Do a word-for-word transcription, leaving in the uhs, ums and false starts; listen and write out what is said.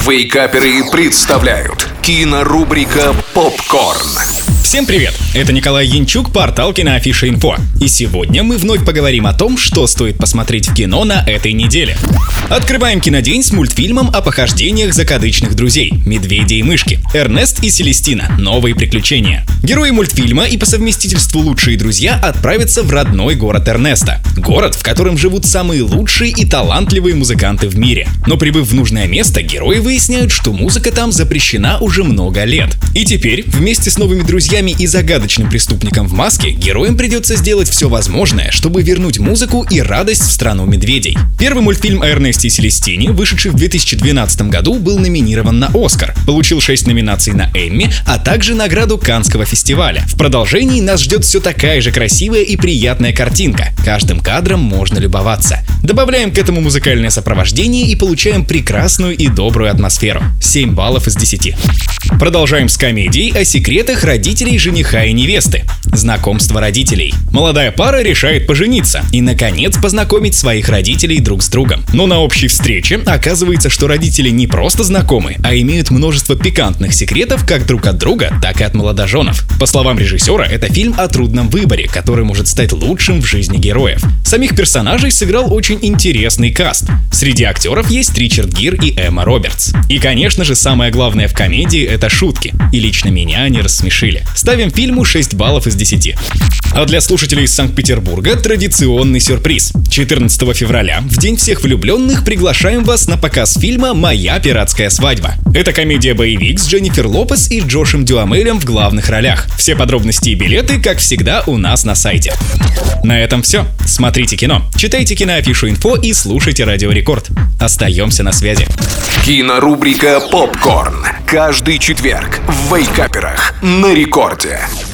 Вейкаперы представляют кинорубрика «Попкорн». Всем привет! Это Николай Янчук, портал Киноафиша.Инфо. И сегодня мы вновь поговорим о том, что стоит посмотреть в кино на этой неделе. Открываем кинодень с мультфильмом о похождениях закадычных друзей — медведя и мышки. Эрнест и Селестина. Новые приключения. Герои мультфильма и по совместительству лучшие друзья отправятся в родной город Эрнеста. Город, в котором живут самые лучшие и талантливые музыканты в мире. Но прибыв в нужное место, герои выясняют, что музыка там запрещена уже много лет. И теперь, вместе с новыми друзьями и загадочным преступником в маске, героям придется сделать все возможное, чтобы вернуть музыку и радость в страну медведей. Первый мультфильм о Эрнесте и Селестине, вышедший в две тысячи двенадцатом году, был номинирован на Оскар, получил шесть номинаций на Эмми, а также награду Каннского фестиваля. В продолжении нас ждет все такая же красивая и приятная картинка. Каждым кадром можно любоваться. Добавляем к этому музыкальное сопровождение и получаем прекрасную и добрую атмосферу. семь баллов из десяти. Продолжаем с комедией о секретах родителей жениха и невесты. Знакомство родителей. Молодая пара решает пожениться и, наконец, познакомить своих родителей друг с другом. Но на общей встрече оказывается, что родители не просто знакомы, а имеют множество пикантных секретов как друг от друга, так и от молодоженов. По словам режиссера, это фильм о трудном выборе, который может стать лучшим в жизни героев. Самих персонажей сыграл очень интересный каст. Среди актеров есть Ричард Гир и Эмма Робертс. И, конечно же, самое главное в комедии — это шутки. И лично меня они рассмешили. Ставим фильму шесть баллов из десяти. А для слушателей из Санкт-Петербурга традиционный сюрприз. четырнадцатого февраля, в День всех влюбленных, приглашаем вас на показ фильма «Моя пиратская свадьба». Это комедия-боевик с Дженнифер Лопес и Джошем Дюамелем в главных ролях. Все подробности и билеты, как всегда, у нас на сайте. На этом все. Смотрите кино, читайте Киноафишу.Инфо и слушайте Радио Рекорд. Остаемся на связи. Кинорубрика «Попкорн». Каждый четверг в Вейкаперах на Рекорде.